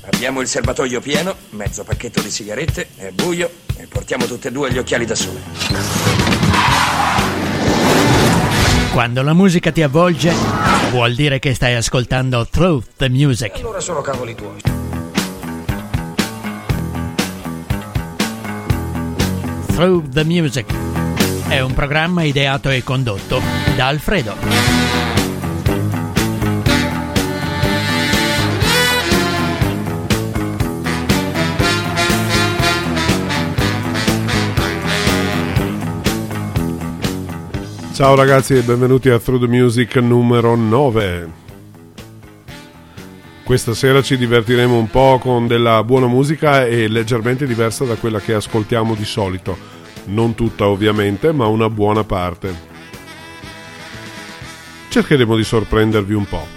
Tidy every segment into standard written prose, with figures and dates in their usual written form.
Abbiamo il serbatoio pieno, mezzo pacchetto di sigarette, è buio e portiamo tutte e due gli occhiali da sole. Quando la musica ti avvolge, vuol dire che stai ascoltando Through the Music. Allora sono cavoli tuoi. Through the Music è un programma ideato e condotto da Alfredo. Ciao ragazzi e benvenuti a Through the Music numero 9. Questa sera ci divertiremo un po' con della buona musica e leggermente diversa da quella che ascoltiamo di solito. Non tutta ovviamente, ma una buona parte. Cercheremo di sorprendervi un po'.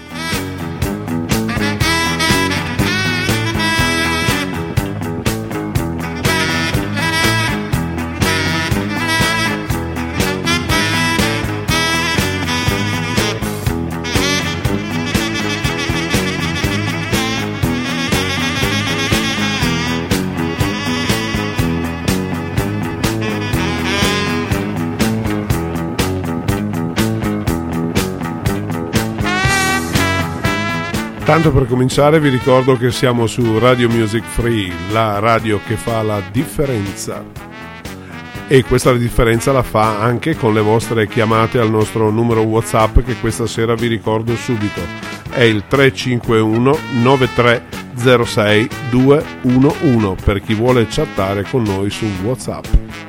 Tanto per cominciare vi ricordo che siamo su Radio Music Free, la radio che fa la differenza. E questa differenza la fa anche con le vostre chiamate al nostro numero WhatsApp che questa sera vi ricordo subito. È il 351 9306 211 per chi vuole chattare con noi su WhatsApp.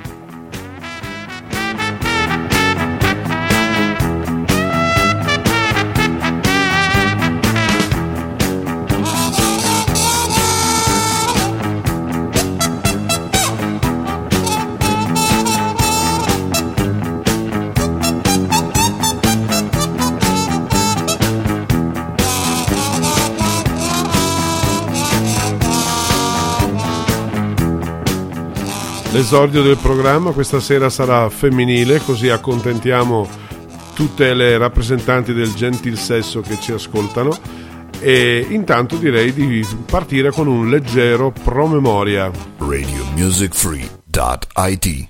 L'esordio del programma questa sera sarà femminile, così accontentiamo tutte le rappresentanti del gentil sesso che ci ascoltano, e intanto direi di partire con un leggero promemoria. RadioMusicFree.it.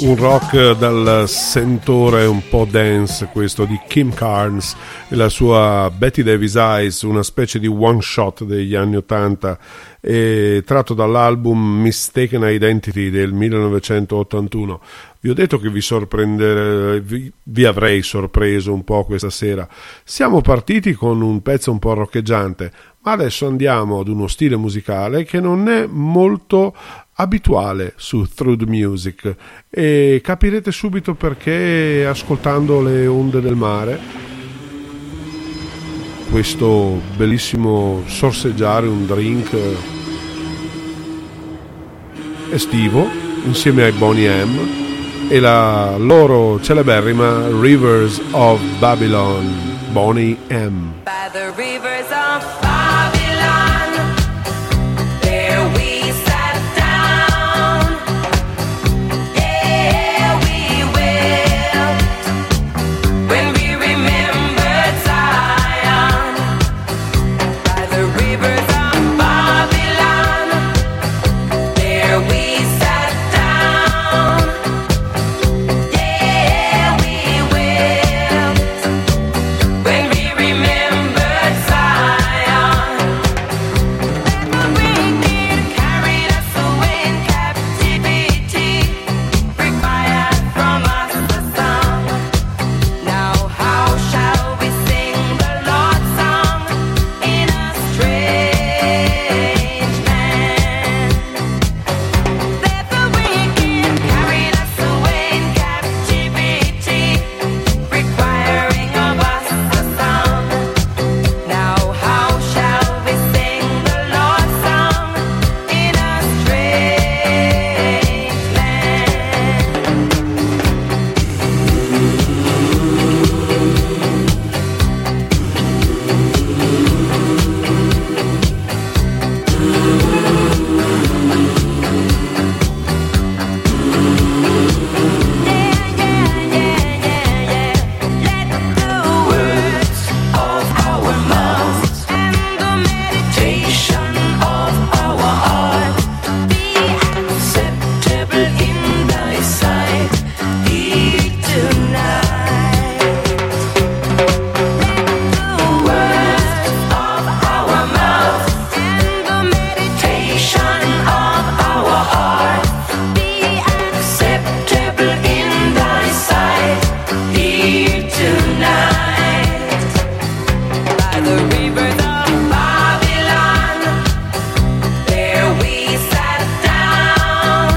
Un rock dal sentore un po' dance, questo di Kim Carnes e la sua Betty Davis Eyes, una specie di one shot degli anni 80, tratto dall'album Mistaken Identity del 1981. Vi ho detto che vi avrei sorpreso un po' questa sera. Siamo partiti con un pezzo un po' roccheggiante, ma adesso andiamo ad uno stile musicale che non è molto abituale su Through the Music, e capirete subito perché ascoltando le onde del mare, questo bellissimo sorseggiare un drink estivo insieme ai Boney M e la loro celeberrima Rivers of Babylon. Boney M. By the rivers of Babylon, there we sat down. Yeah, we will, when we remembered Zion. By the rivers of Babylon, there we sat down. Yeah, we will, when we remembered Zion. Then the wicked carried us away in captivity, required from us the song. Now how shall we sing the Lord's song in a strange land? That the wicked carried us away in captivity, requiring of us a song. Now how shall we sing the Lord's song in a strange land? Let the words of our mouths and the meditation of our heart be acceptable in thy sight, tonight. Let the words of our mouths and the meditation of our heart be acceptable in thy sight, tonight. By the rivers of Babylon, there we sat down.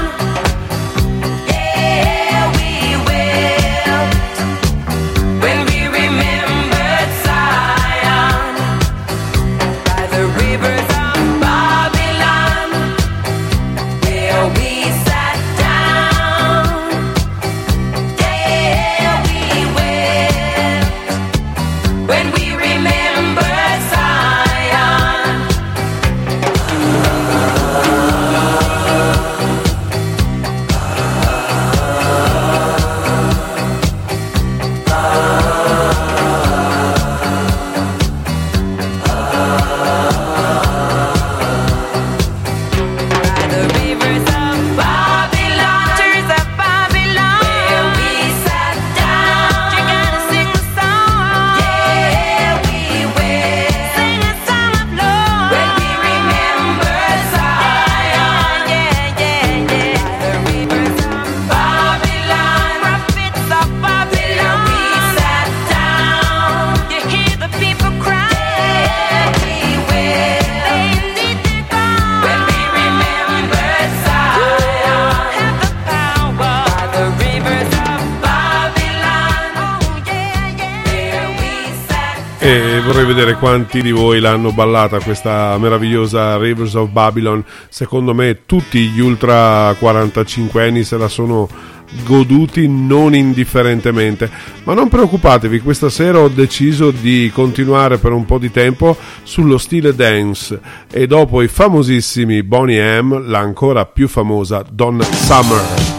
Yeah, we will, when we remembered Zion. By the rivers of Babylon, where we sat down. Yeah, we will, when we remembered Zion. By the rivers of Babylon, where we sat down. You gotta sing the song. Yeah, we will sing a song of love when we remember Zion. Yeah. By the rivers of Babylon, prophets of Babylon, where we sat down. You hear the people cry. Yeah, we will. They need to go when we remember Zion. Have the power. By the rivers of Babylon. Oh yeah. There we sat. E vorrei vedere quanti di voi l'hanno ballata questa meravigliosa Rivers of Babylon. Secondo me tutti gli ultra 45 anni se la sono goduti non indifferentemente, ma non preoccupatevi, questa sera ho deciso di continuare per un po' di tempo sullo stile dance e dopo i famosissimi Boney M, la ancora più famosa Donna Summer.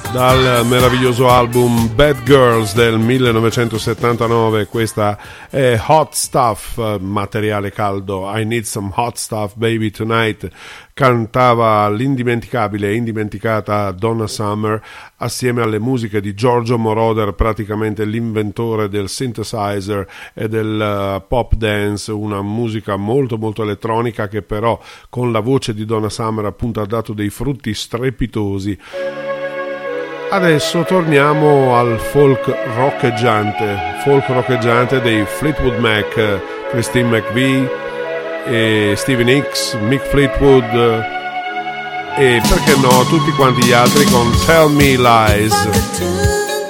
dal meraviglioso album Bad Girls del 1979. Questa è Hot Stuff, materiale caldo. I Need Some Hot Stuff Baby Tonight. Cantava l'indimenticabile e indimenticata Donna Summer assieme alle musiche di Giorgio Moroder, praticamente l'inventore del synthesizer e del pop dance, una musica molto molto elettronica che però con la voce di Donna Summer appunto ha dato dei frutti strepitosi. Adesso torniamo al folk roccheggiante dei Fleetwood Mac, Christine McVie e Stevie Nicks, Mick Fleetwood e perché no tutti quanti gli altri con Tell Me Lies.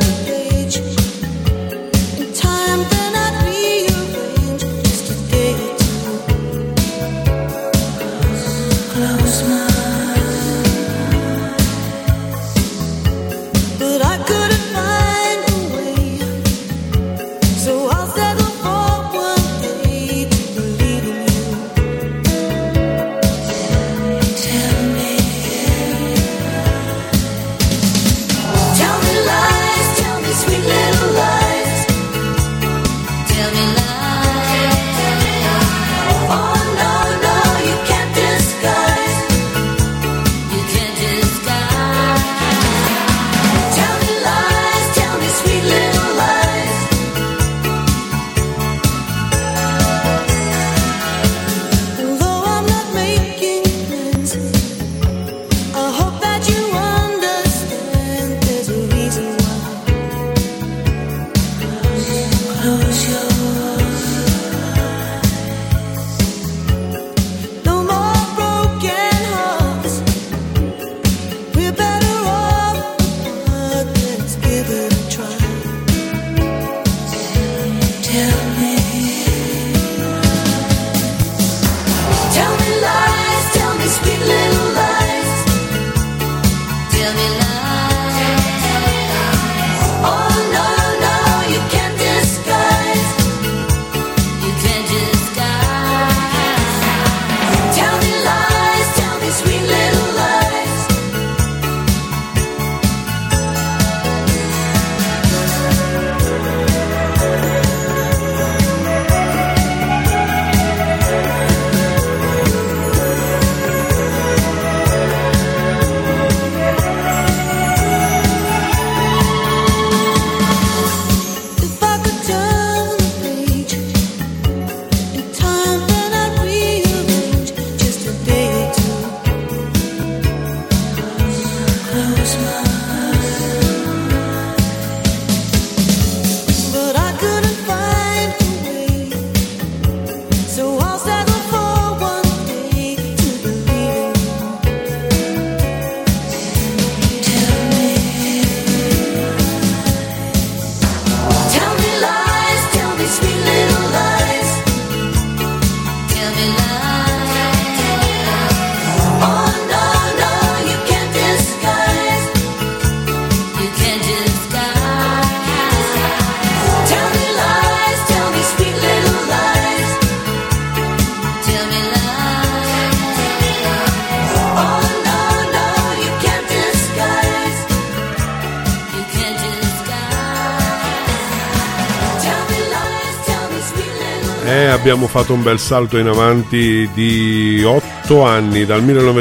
Abbiamo fatto un bel salto in avanti di 8 anni, dal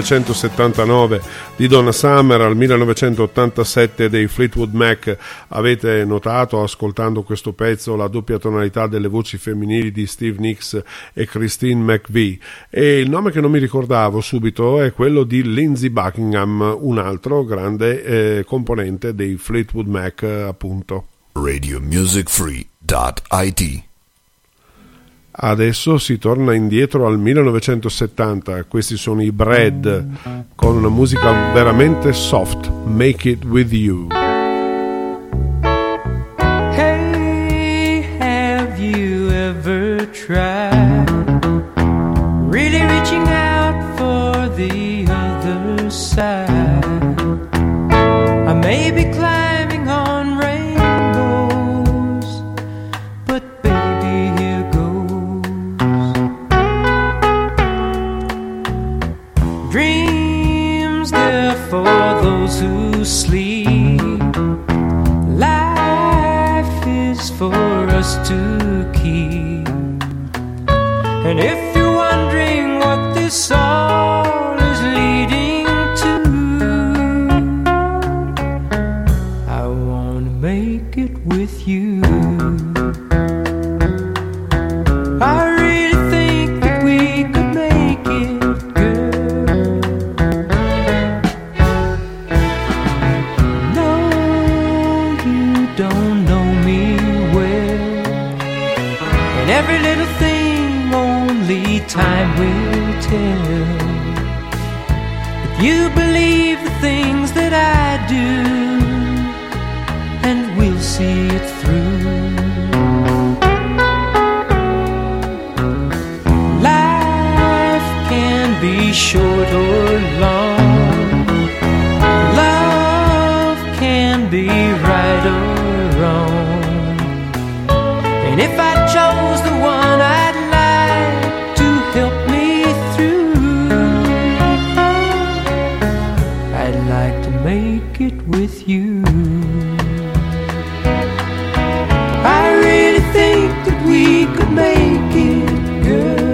1979 di Donna Summer al 1987 dei Fleetwood Mac. Avete notato, ascoltando questo pezzo, la doppia tonalità delle voci femminili di Steve Nicks e Christine McVie, e il nome che non mi ricordavo subito è quello di Lindsey Buckingham, un altro grande componente dei Fleetwood Mac, appunto. RadioMusicFree.it. Adesso si torna indietro al 1970, questi sono i Bread con una musica veramente soft, Make It With You. Hey, have you ever tried really reaching out for the other side? I may be climbing on rainbows, but baby, here goes. Dreams, they're for those who sleep. it with you. I really think that we could make it, girl. No, you don't know me well, and every little thing only time will tell. If you believe the things that I do, and we'll see it through. Life can be short or long. Love can be right or wrong. And if I chose the one I'd like to help me through, I'd like to make it with you. I really think that we could make it, girl.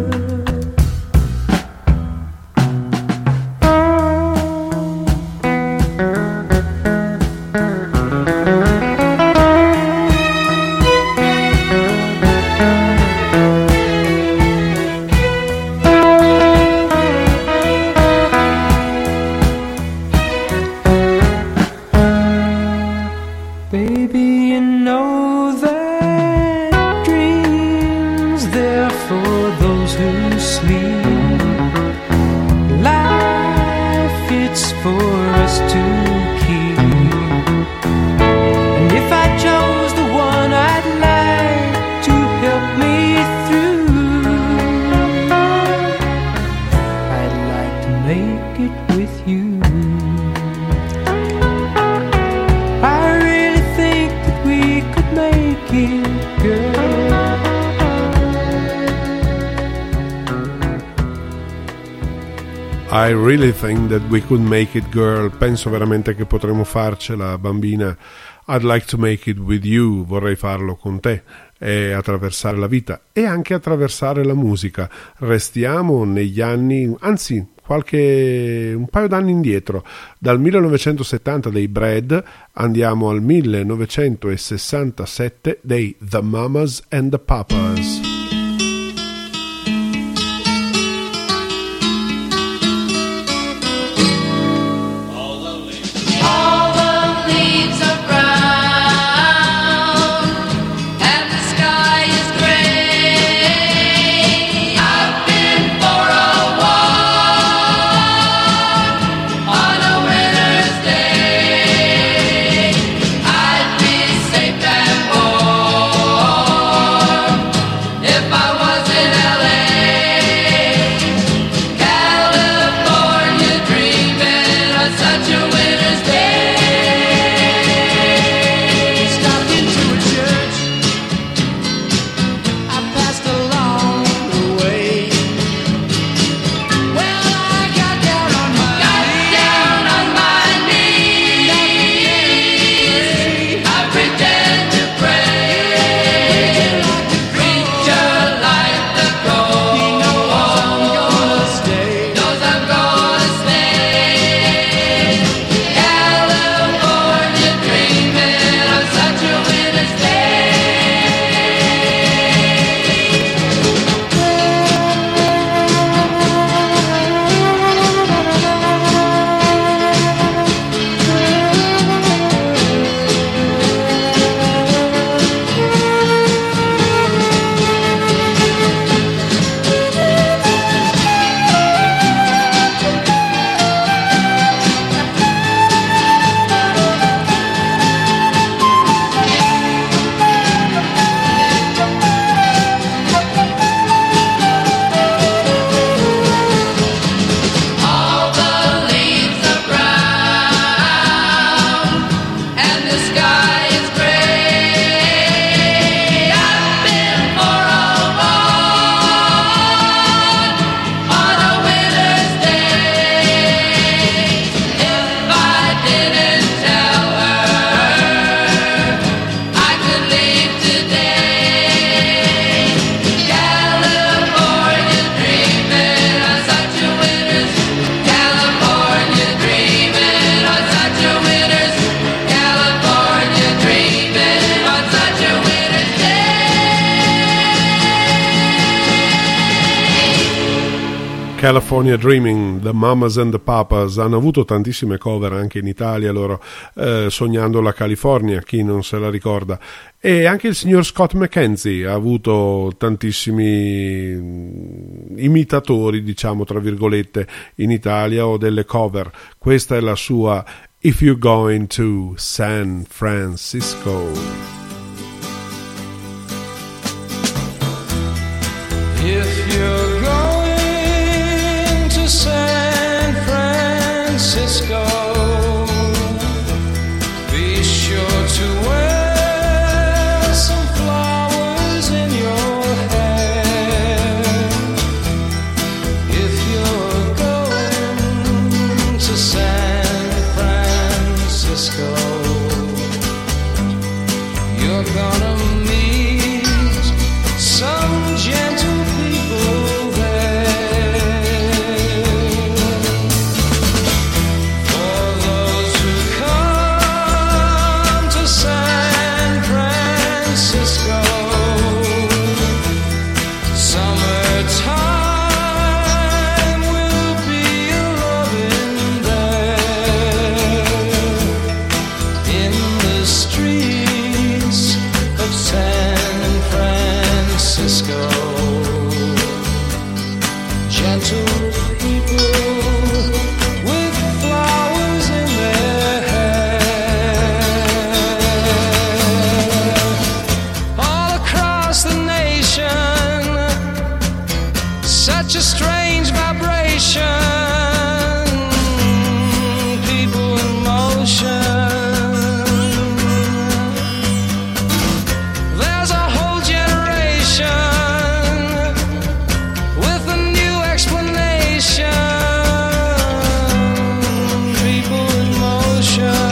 Baby, you know that dreams there for those who sleep. Life, it's for us to keep. And if I chose the one I'd like to help me through, I'd like to make it with you. I really think that we could make it, girl. I really think that we could make it, girl. Penso veramente che potremo farcela, bambina. I'd like to make it with you. Vorrei farlo con te e attraversare la vita e anche attraversare la musica. Restiamo negli anni, anzi un paio d'anni indietro. Dal 1970 dei Bread andiamo al 1967 dei The Mamas and the Papas. All the leaves are brown and the sky is gray. I've been for a walk on a winter's day. I'd be safe and warm if I California Dreaming, The Mamas and the Papas. Hanno avuto tantissime cover anche in Italia loro, Sognando la California, chi non se la ricorda. E anche il signor Scott McKenzie ha avuto tantissimi imitatori, diciamo tra virgolette, in Italia, o delle cover. Questa è la sua If You're Going to San Francisco. If you're going to San Francisco, be sure to wear some flowers in your hair. If you're going to San Francisco, you're gonna meet some gentle people there. For those who come to San Francisco, summertime will be a-loving there. In the streets of San Francisco, gentle people with flowers in their hair. All across the nation, such a strange vibration, people in motion. There's a whole generation with a new explanation. People in motion.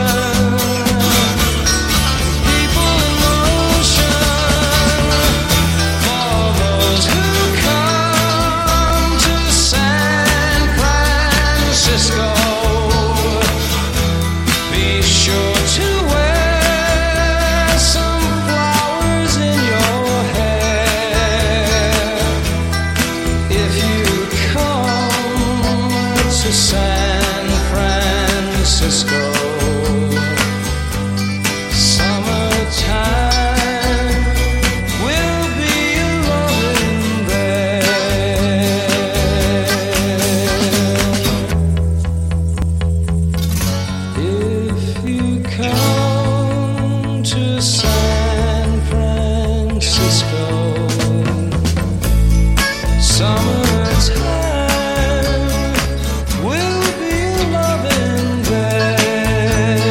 People in motion. For those who come to San Francisco, be sure to wear some flowers in your hair. If you come to San Francisco, summertime will be a-loving there. If you come to San Francisco, summertime will be a-loving there.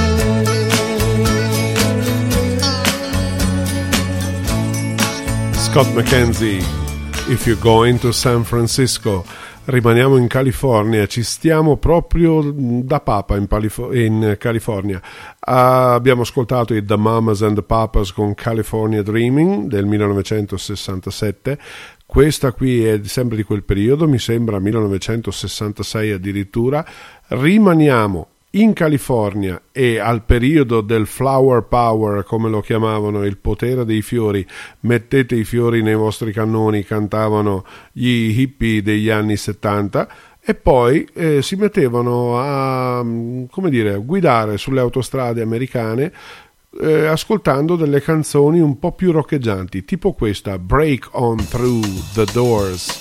Scott McKenzie, If You're Going to San Francisco. Rimaniamo in California, ci stiamo proprio da papa in California. Abbiamo ascoltato i The Mamas and the Papas con California Dreaming del 1967. Questa qui è sempre di quel periodo, mi sembra 1966 addirittura. Rimaniamo in California e al periodo del flower power, come lo chiamavano, il potere dei fiori. Mettete i fiori nei vostri cannoni, cantavano gli hippie degli anni 70, e poi si mettevano a, come dire, a guidare sulle autostrade americane ascoltando delle canzoni un po' più roccheggianti, tipo questa, Break On Through the Doors.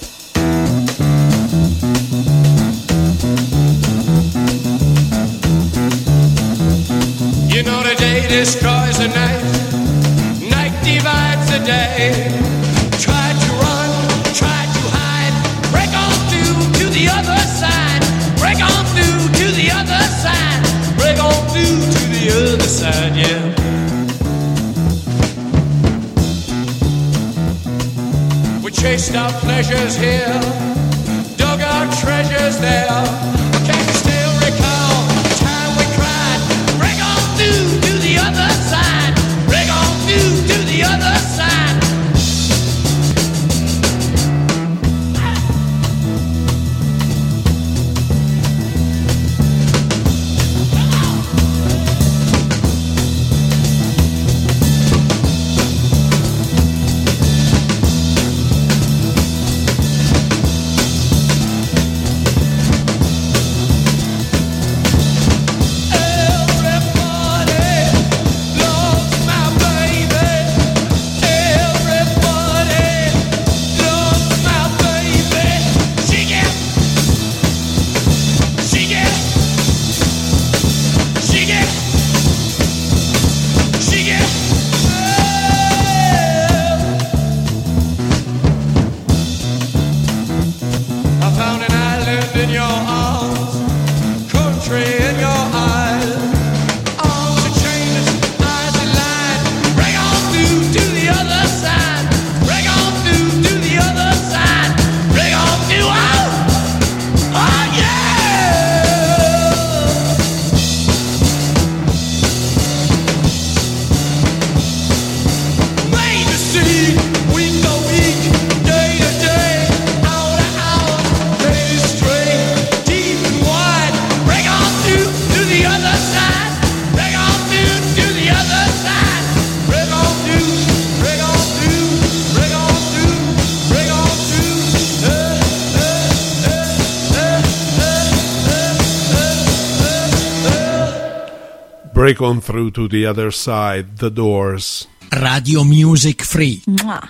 You know the day destroys the night, night divides the day. Try to run, try to hide, break on through to the other side, break on through to the other side, break on through to the other side, yeah. We chased our pleasures here, dug our treasures there. Can you still recall the time we cried? Break on through to the other side, break on through to the other side. Break On Through to the Other Side, The Doors. Radio Music Free. Mua.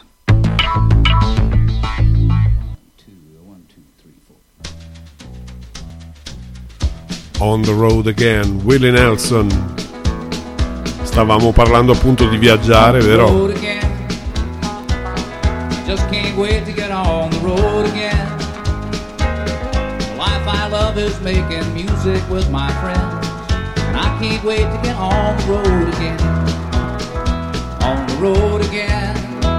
On the Road Again, Willie Nelson. Stavamo parlando appunto di viaggiare, vero? Road again. Just can't wait to get on the road again. The life I love is making music with my friends, and I can't wait to get on the road again. On the road again.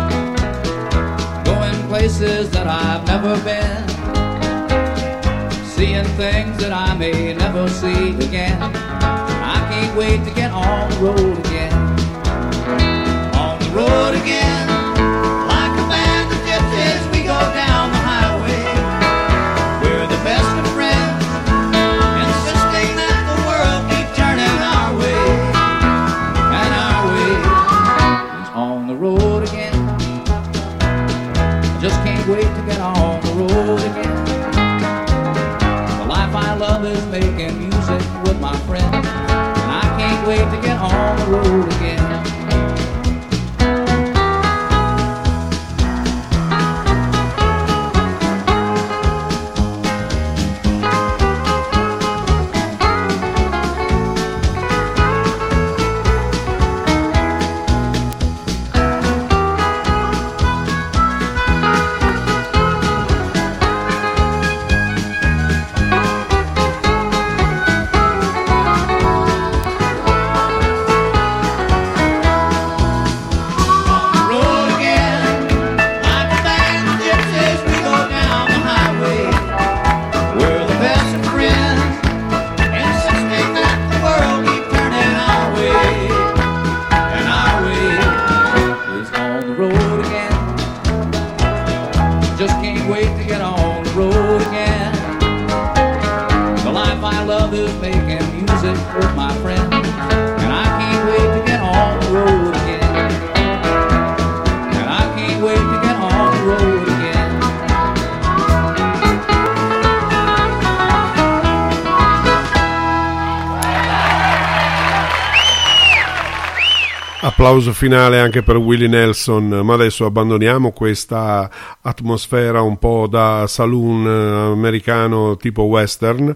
Going places that I've never been, seeing things that I may never see again. I can't wait to get on the road again. On the road again. Like a band of gypsies, we go down the highway. We're the best of friends, insisting that the world keep turning our way. And our way is on the road again. I just can't wait to get on the road again. My love is making music with my friends, and I can't wait to get on the road again. Applauso finale anche per Willie Nelson, ma adesso abbandoniamo questa atmosfera un po' da saloon americano tipo western,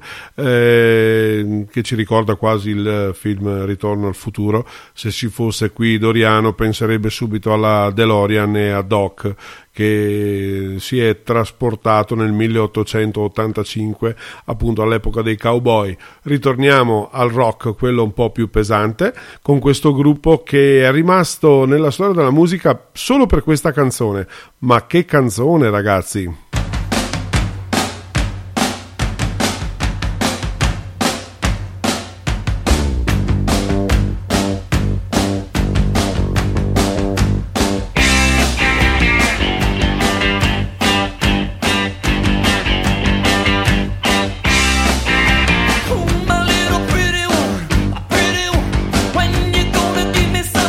che ci ricorda quasi il film Ritorno al futuro. Se ci fosse qui Doriano penserebbe subito alla DeLorean e a Doc, che si è trasportato nel 1885, appunto all'epoca dei cowboy. Ritorniamo al rock, quello un po' più pesante, con questo gruppo che è rimasto nella storia della musica solo per questa canzone. Ma che canzone, ragazzi!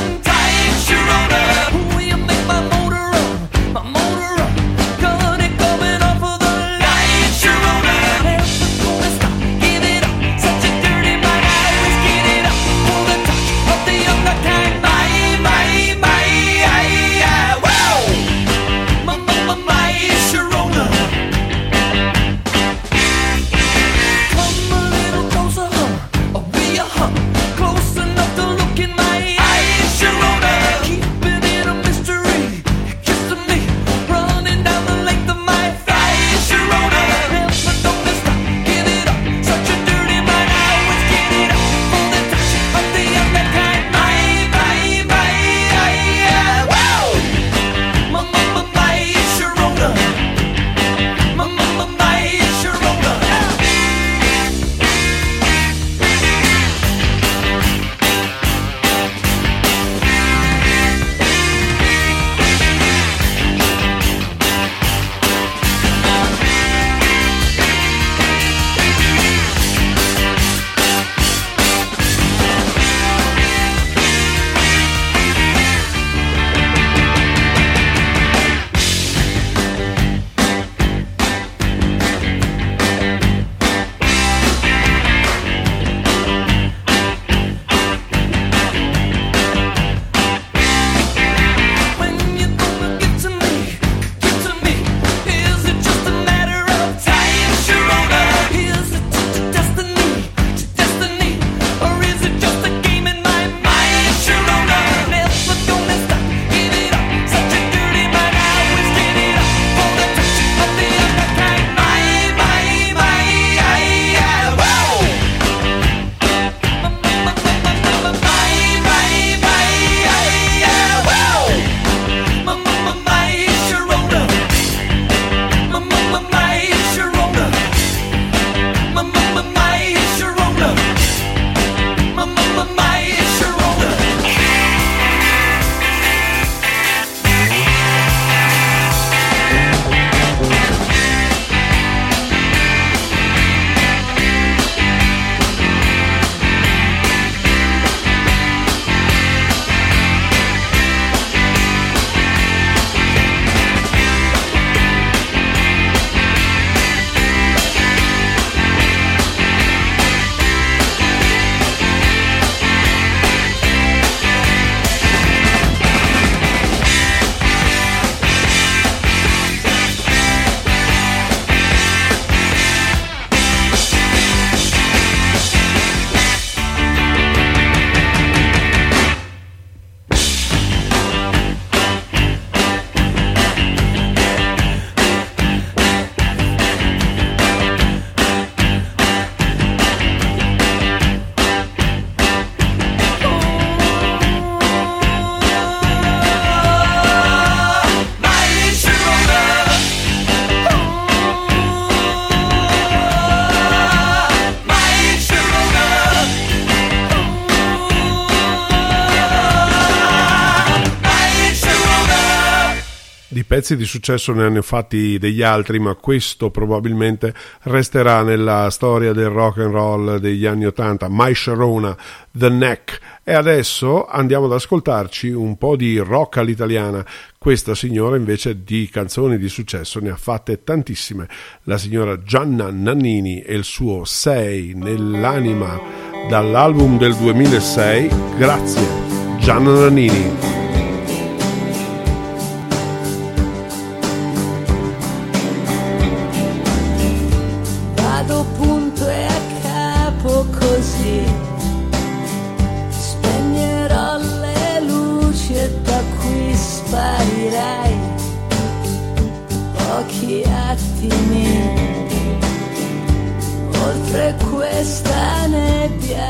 Gonna go Di pezzi di successo ne hanno fatti degli altri, ma questo probabilmente resterà nella storia del rock and roll degli anni '80. My Sharona, The Neck. E adesso andiamo ad ascoltarci un po' di rock all'italiana. Questa signora invece di canzoni di successo ne ha fatte tantissime. La signora Gianna Nannini e il suo Sei nell'anima, dall'album del 2006. Grazie, Gianna Nannini. Vado punto e a capo così, spegnerò le luci e da qui sparirai. Pochi attimi oltre questa nebbia,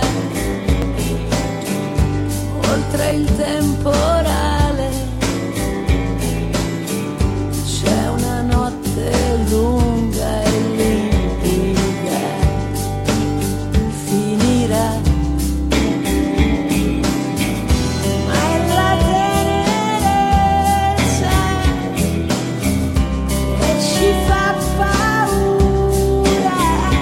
oltre il temporale, c'è una notte lunga e limpida, finirà, ma è la tenerezza che ci fa paura.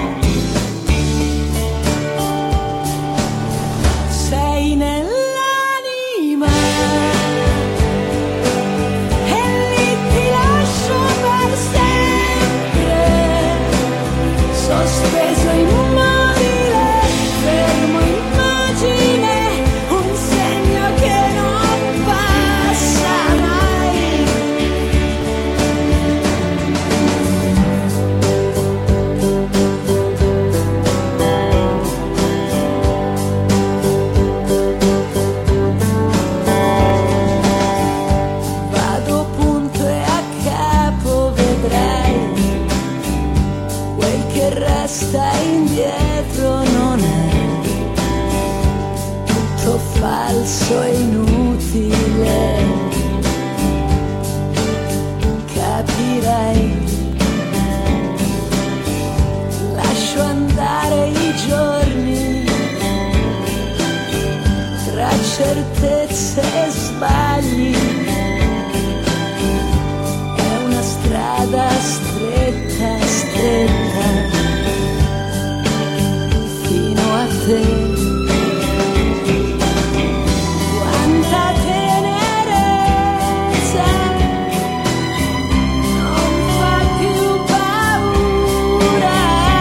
Sei nell'anima e lì ti lascio per sempre, sospeso immobile, fermo immagine, un segno che non passa mai. Vado punto e a capo, vedrai, quel che resta indietro non è tutto falso e inutile, capirai. Lascio andare i giorni tra certezze e sbagli, è una strada stretta, stretta, fino a te. Quanta tenerezza, non fa più paura.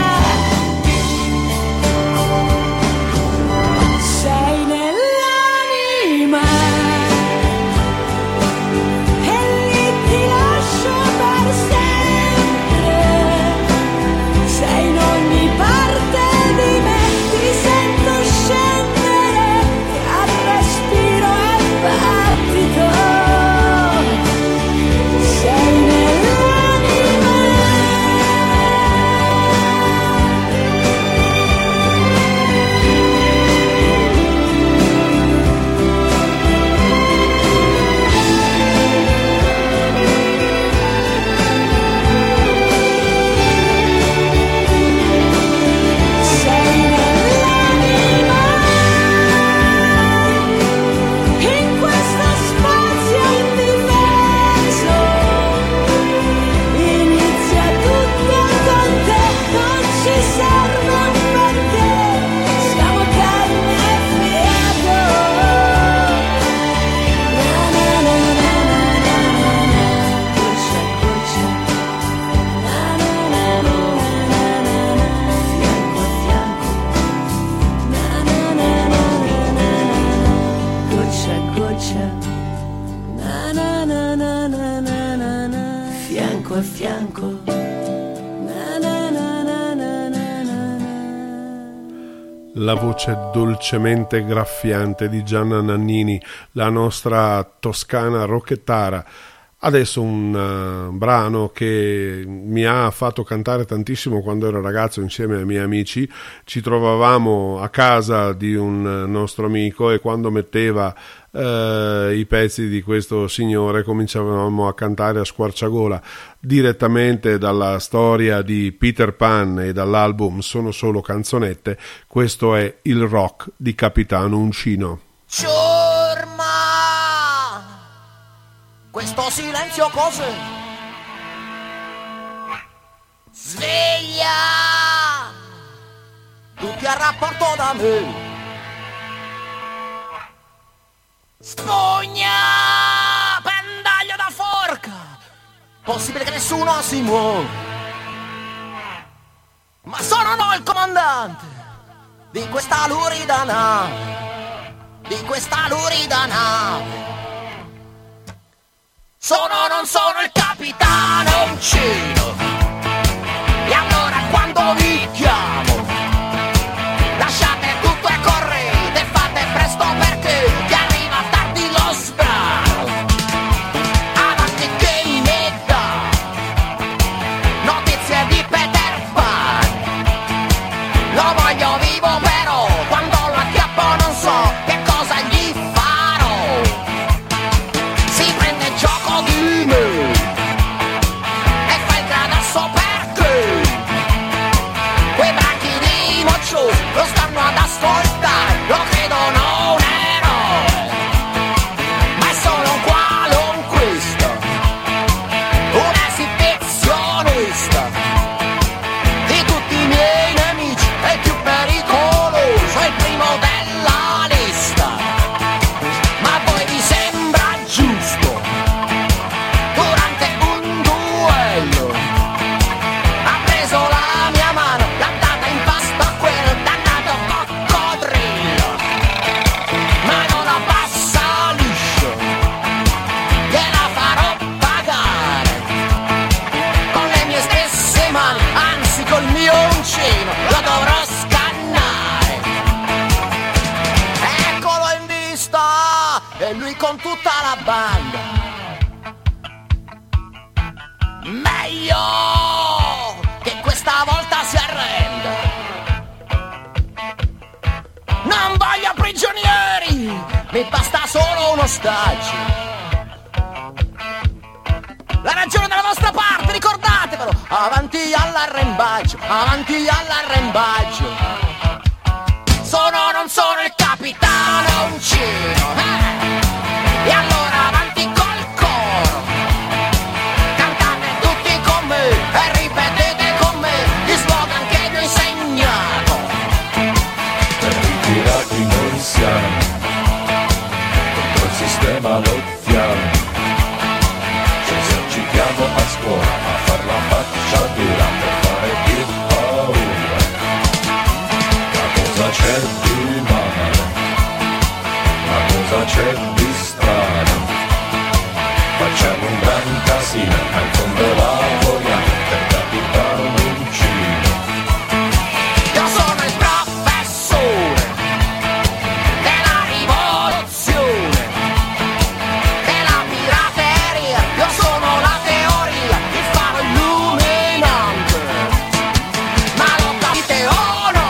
Sei nell'anima e lì ti lascio per sempre. Sei in ogni parte di me, ti sento scendere tra respiro e battito. Sei nell'anima. Sei nell'anima, in questo spazio indifeso, inizia tutto con te, non ci serve un perché, siamo carne e fiato. Na na na na na na na, goccia a goccia, na na na na na na na, fianco a fianco, na na na na na na na, goccia a goccia, na na na na na na na na, fianco a fianco, na na na na na na na na. La voce dolcemente graffiante di Gianna Nannini, la nostra toscana rocchettara. Adesso un brano che mi ha fatto cantare tantissimo quando ero ragazzo insieme ai miei amici. Ci trovavamo a casa di un nostro amico e quando metteva i pezzi di questo signore cominciavamo a cantare a squarciagola, direttamente dalla storia di Peter Pan e dall'album Sono solo canzonette. Questo è il rock di Capitano Uncino. Ciurma, questo silenzio cos'è? Sveglia! Tutti a rapporto da me. Spugna! Pendaglio da forca! Possibile che nessuno si muova. Ma sono no il comandante di questa lurida nave, di questa lurida nave. Non sono il capitano uncino. E allora quando vi chiamo, lasciate tutto e correte, fate presto perché ti arriva tardi lo sbrano. Avanti che mi dà notizie di Peter Pan. Lo voglio vivo però, quando lo acchiappo non so che cosa gli farò. Si prende gioco di me e fa il gradasso perché quei branchi di mocciosi lo stanno ad ascoltare, lo credono un eroe, ma è solo un qualunquista, un esibizionista. Di tutti i miei nemici è il più pericoloso, è il primo della lista. Ma a voi vi sembra giusto, durante un duello, ha preso la mia mano, l'ha data in pasto a quel dannato coccodrillo, ma non la passa liscio, gliela farò pagare con le mie stesse mani, anzi col mio uncino lo dovrò scannare. Eccolo in vista, e lui con tutta la banda. Meglio che questa volta si arrenda. Non voglio prigionieri, mi basta solo un ostaggio. La ragione dalla vostra parte, ricordatevelo. Avanti all'arrembaggio, avanti all'arrembaggio. Non sono il capitano uncino, E allora avanti col coro. Cantate tutti con me e ripetete con me gli slogan che vi ho insegnato. Ritirati noi siamo, contro il sistema lottiamo. Ci esercitiamo a scuola a far la faccia dura per fare più paura. Ma cosa c'è di male? Ma cosa c'è di strano? Facciamo un gran casino, ma in fondo lavoriamo per capitano uncino. Io sono il professore della rivoluzione, della pirateria. Io sono la teoria, il faro illuminante. Ma lo capite o no?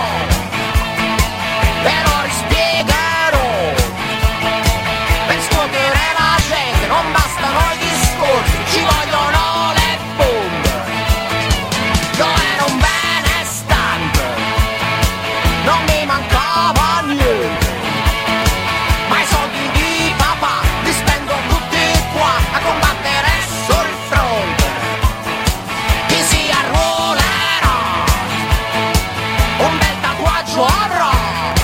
Ve lo rispiegherò. Per scuotere la gente non bastano i discorsi, ci vogliono le bombe. Io ero un benestante, non mi mancava niente, ma i soldi di papà li spendo tutti qua a combattere sul fronte. Chi si arruolerà un bel tatuaggio avrà,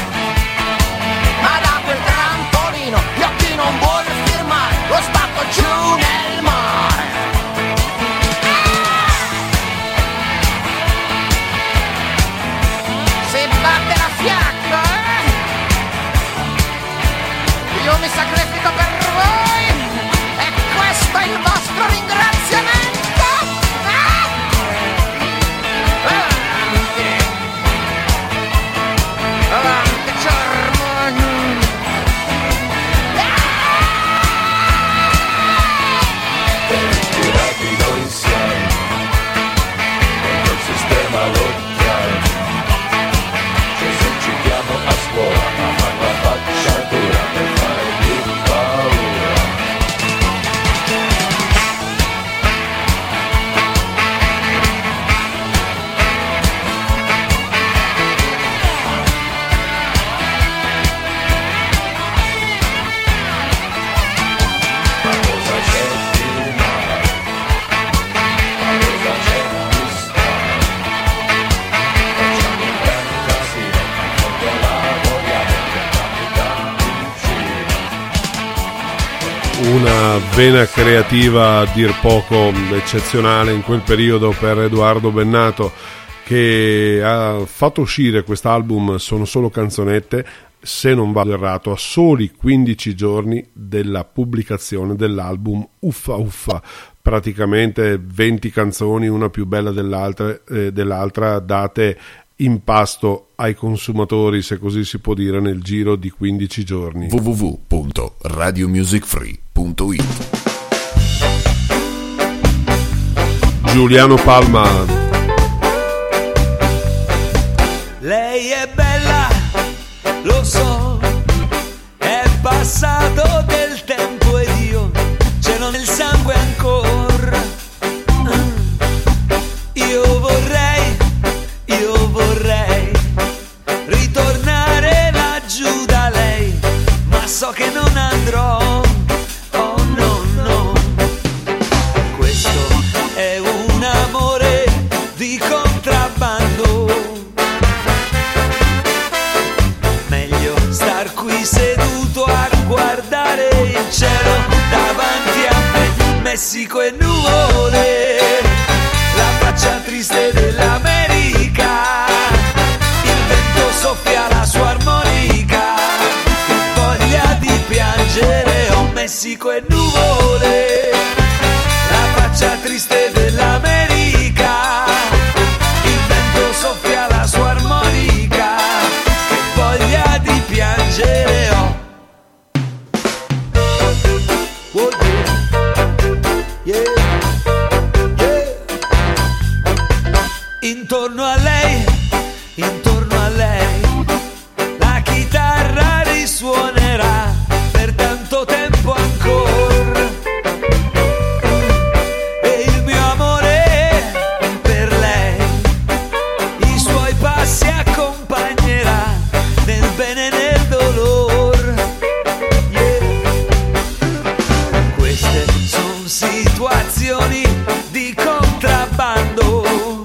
ma da quel trampolino io chi non vuole firmare lo sbatto giù nel mare. Si batte la fiacca, Io mi sacrifico per voi e questo è il vostro ringraziamento. Avanti, avanti, Germania. Ritirati noi siamo, contro il sistema lottiamo. Ci esercitiamo a scuola a far la faccia dura per fare più Una vena creativa a dir poco eccezionale in quel periodo per Edoardo Bennato, che ha fatto uscire quest'album Sono solo canzonette, se non vado errato, a soli 15 giorni della pubblicazione dell'album Uffa Uffa, praticamente 20 canzoni, una più bella dell'altra, date in pasto ai consumatori, se così si può dire, nel giro di 15 giorni. www.radiomusicfree.it. Giuliano Palma. Lei è bella, lo so, è passato del tempo ed io ce l'ho nel sangue ancora. Io vorrei ritornare laggiù da lei, ma so che non andrò. Oh no, no. Questo è un amore di contrabbando. Meglio star qui seduto a guardare il cielo davanti a me, Messico e nuvole, la faccia triste dell'America, il vento soffia la sua armonica, che voglia di piangere, oh Messico e nuvole, la faccia triste dell'America, il vento soffia la sua armonica, che voglia di piangere, oh. Oh yeah, yeah, yeah. Intorno a lei, la chitarra risuonerà per tanto tempo ancora. E il mio amore per lei i suoi passi accompagnerà nel bene e nel dolore. Yeah. Queste sono situazioni di contrabbando.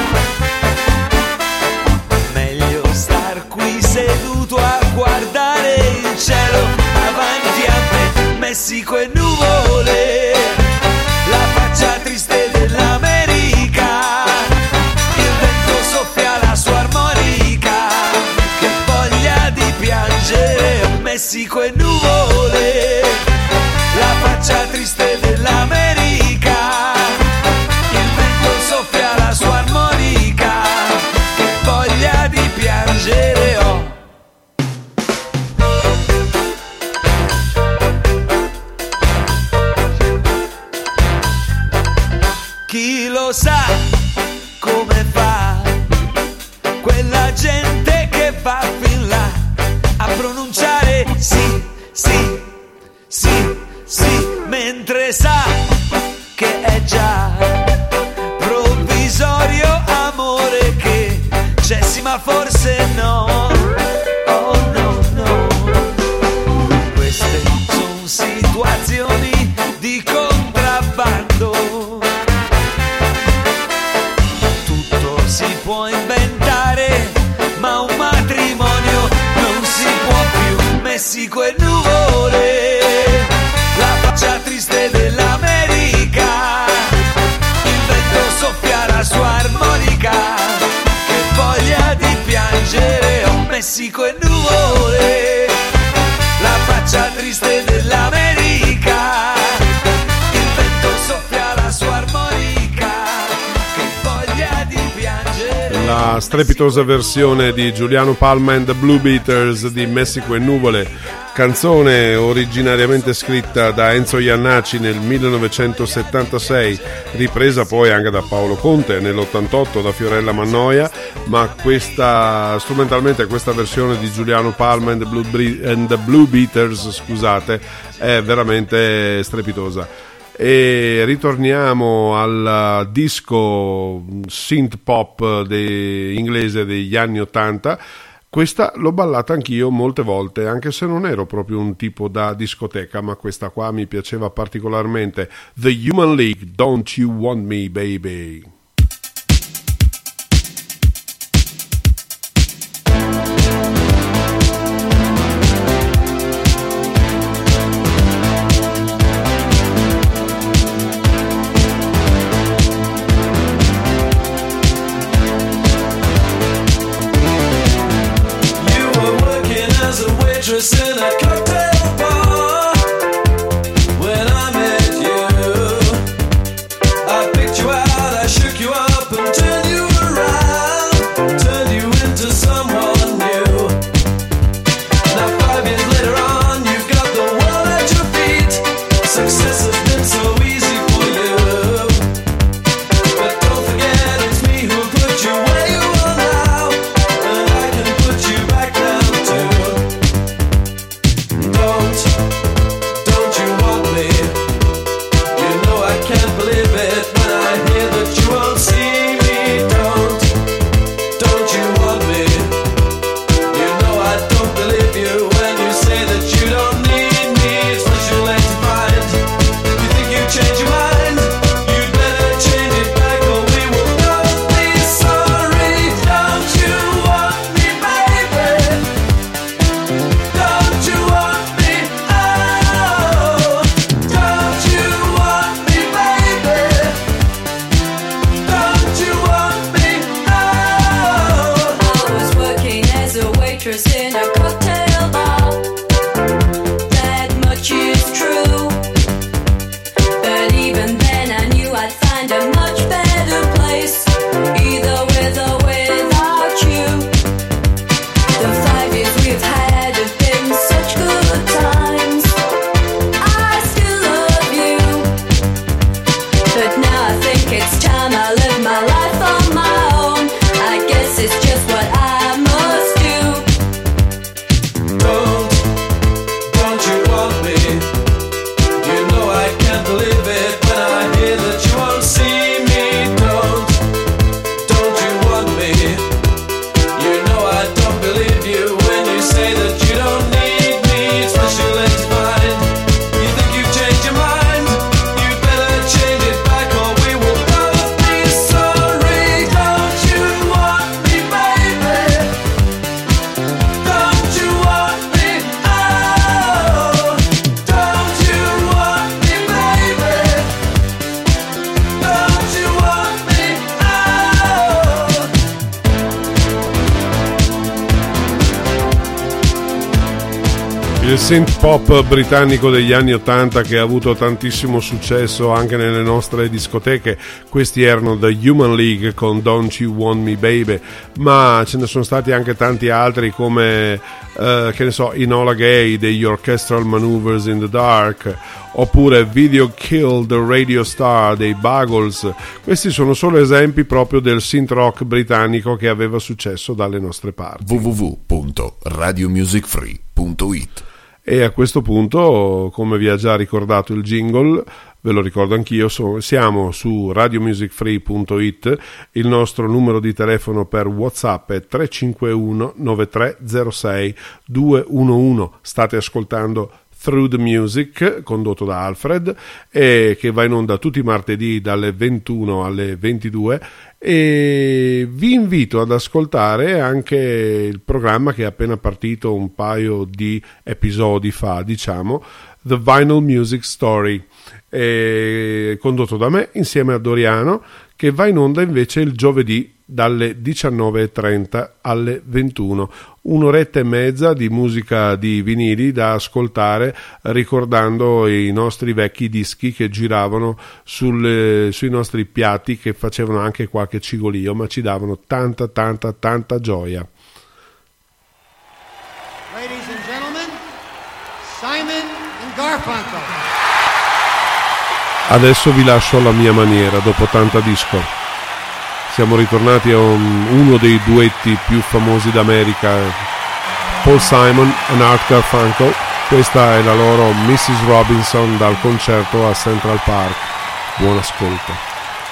Meglio star qui seduto a guardare il cielo davanti a me, Messico e nuvole, la faccia triste dell'America, il vento soffia la sua armonica, che voglia di piangere, oh Messico e nuvole, la faccia triste dell'America, il vento soffia la sua armonica, che voglia di piangere, oh. Chi lo sa come fa quella gente che va fin là a pronunciare sì, sì, sì, sì, mentre sa che è già provvisorio amore che c'è sì ma forse no. Oh no, no. Queste sono situazioni di contrabbando. Tutto si può inventare, ma un matrimonio non si può più. Messico e nuvole, la faccia triste dell'America, il vento soffia la sua armonica, che voglia di piangere, oh Messico e nuvole, la faccia triste dell'America, il vento soffia la sua armonica, che voglia di piangere. La strepitosa versione di Giuliano Palma and the Blue Beaters di Messico e nuvole, canzone originariamente scritta da Enzo Iannacci nel 1976, ripresa poi anche da Paolo Conte nell'88 da Fiorella Mannoia, ma strumentalmente questa versione di Giuliano Palma and the Blue Beaters, scusate, è veramente strepitosa. E ritorniamo al disco synth pop inglese degli anni 80. Questa l'ho ballata anch'io molte volte, anche se non ero proprio un tipo da discoteca, ma questa qua mi piaceva particolarmente. The Human League, Don't You Want Me Baby. Il synth pop britannico degli anni 80 che ha avuto tantissimo successo anche nelle nostre discoteche. Questi erano The Human League con Don't You Want Me Baby, ma ce ne sono stati anche tanti altri come che ne so, Enola Gay degli Orchestral Maneuvers in the Dark, oppure Video Kill the Radio Star dei Buggles. Questi sono solo esempi proprio del synth rock britannico che aveva successo dalle nostre parti. www.radiomusicfree.it. E a questo punto, come vi ha già ricordato il jingle, ve lo ricordo anch'io, siamo su radiomusicfree.it, il nostro numero di telefono per WhatsApp è 351 9306 211. State ascoltando Through the Music, condotto da Alfred, e che va in onda tutti i martedì dalle 21 alle 22, e vi invito ad ascoltare anche il programma che è appena partito un paio di episodi fa, diciamo, The Vinyl Music Story, condotto da me insieme a Doriano, che va in onda invece il giovedì dalle 19.30 alle 21, un'oretta e mezza di musica di vinili da ascoltare, ricordando i nostri vecchi dischi che giravano sui nostri piatti, che facevano anche qualche cigolio, ma ci davano tanta gioia. Ladies and gentlemen, Simon and Garfunkel. Adesso vi lascio alla mia maniera, dopo tanta disco. Siamo ritornati a uno dei duetti più famosi d'America, Paul Simon e Art Garfunkel. Questa è la loro Mrs. Robinson dal concerto a Central Park. Buon ascolto.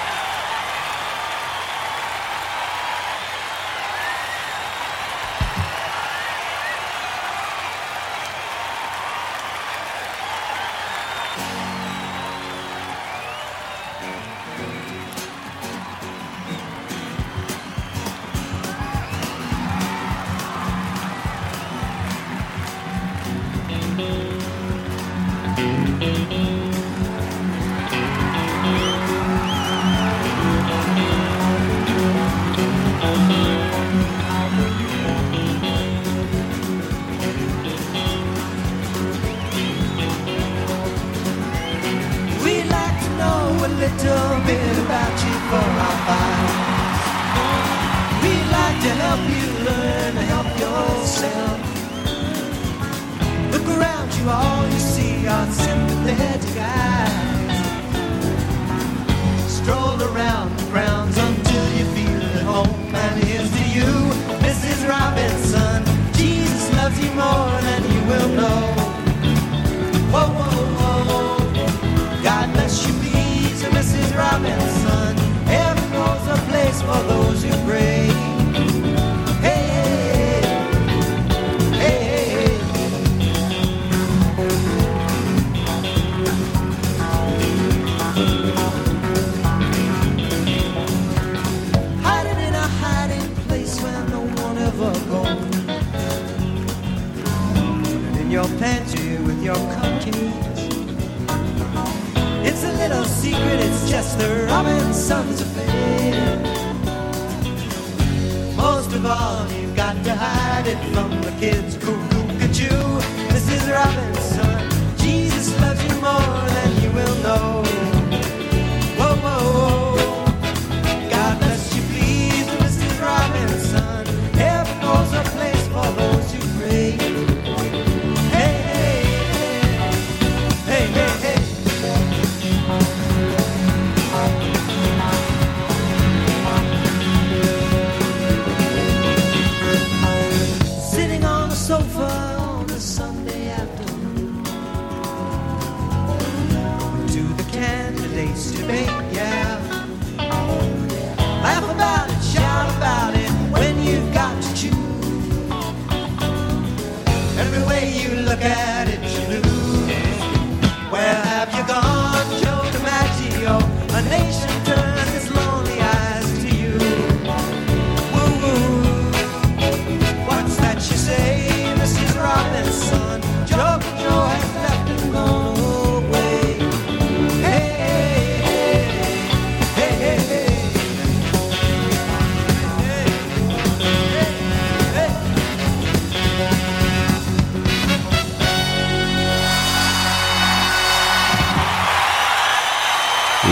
Joe. Joe has left and gone away. Hey, hey, hey.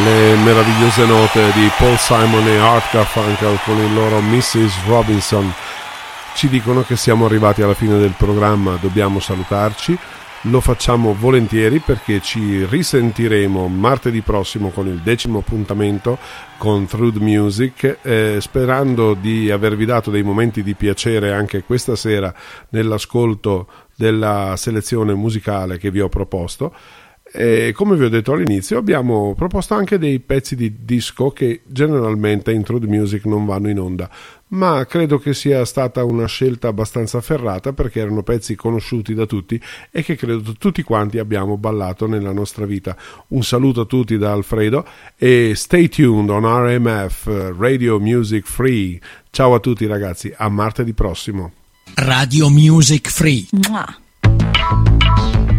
le meravigliose note di Paul Simon e Art Garfunkel con il loro Mrs. Robinson ci dicono che siamo arrivati alla fine del programma, dobbiamo salutarci. Lo facciamo volentieri perché ci risentiremo martedì prossimo con il 10° appuntamento con Through the Music, sperando di avervi dato dei momenti di piacere anche questa sera nell'ascolto della selezione musicale che vi ho proposto. E come vi ho detto all'inizio, abbiamo proposto anche dei pezzi di disco che generalmente in Through the Music non vanno in onda, ma credo che sia stata una scelta abbastanza ferrata perché erano pezzi conosciuti da tutti e che credo tutti quanti abbiamo ballato nella nostra vita. Un saluto a tutti da Alfredo e stay tuned on RMF Radio Music Free. Ciao a tutti ragazzi, a martedì prossimo. Radio Music Free. Mua.